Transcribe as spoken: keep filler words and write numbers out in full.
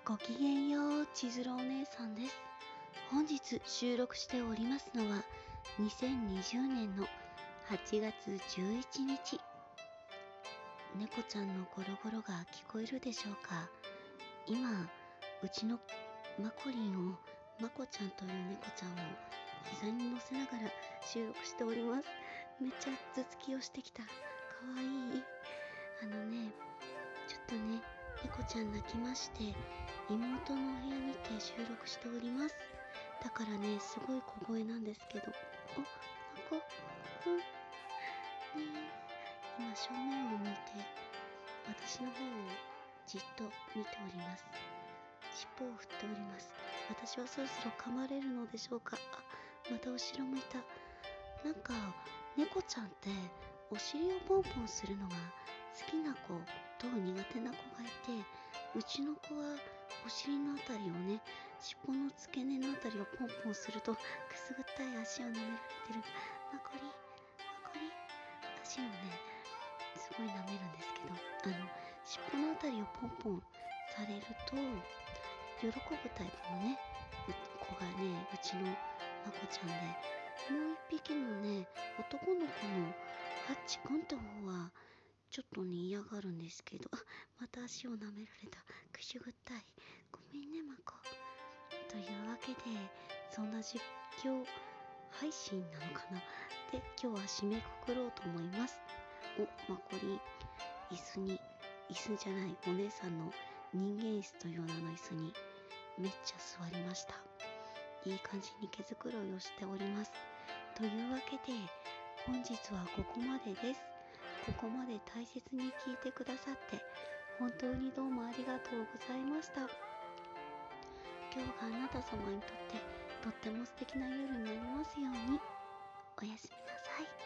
ごきげんよう、千鶴お姉さんです。本日収録しておりますのはにせんにじゅうねんのはちがつじゅういちにち。猫ちゃんのゴロゴロが聞こえるでしょうか。今、うちのマコリンを、マコちゃんという猫ちゃんを膝に乗せながら収録しております。めっちゃ頭突きをしてきた。かわいい。あのね、ちょっとね、猫ちゃん泣きまして、妹のお部屋にて収録しております。だからね、すごい小声なんですけど。お、まこ、うん。ねえ、今正面を向いて、私の方をじっと見ております。尻尾を振っております。私はそろそろ噛まれるのでしょうか。あ、また後ろ向いた。なんか、猫ちゃんってお尻をポンポンするのが好きな子と苦手な子がいて、うちの子はお尻のあたりをね、尻尾の付け根のあたりをポンポンするとくすぐったい足を舐められてる。マコリマコリ足をね、すごい舐めるんですけど、あの尻尾のあたりをポンポンされると喜ぶタイプのね子がね、うちのマコちゃんで、もう一匹のね男の子のハッチくんって方はちょっとね嫌がるんですけど、あ、また足を舐められた。くしゅぐったい。ごめんねマコ。というわけで、そんな実況配信なのかなで、今日は締めくくろうと思います。お、マコリン、椅子に、椅子じゃない、お姉さんの人間椅子という名の椅子にめっちゃ座りました。いい感じに毛づくろいをしております。というわけで、本日はここまでです。ここまで大切に聞いてくださって本当にどうもありがとうございました。今日があなた様にとってとっても素敵な夜になりますように。おやすみなさい。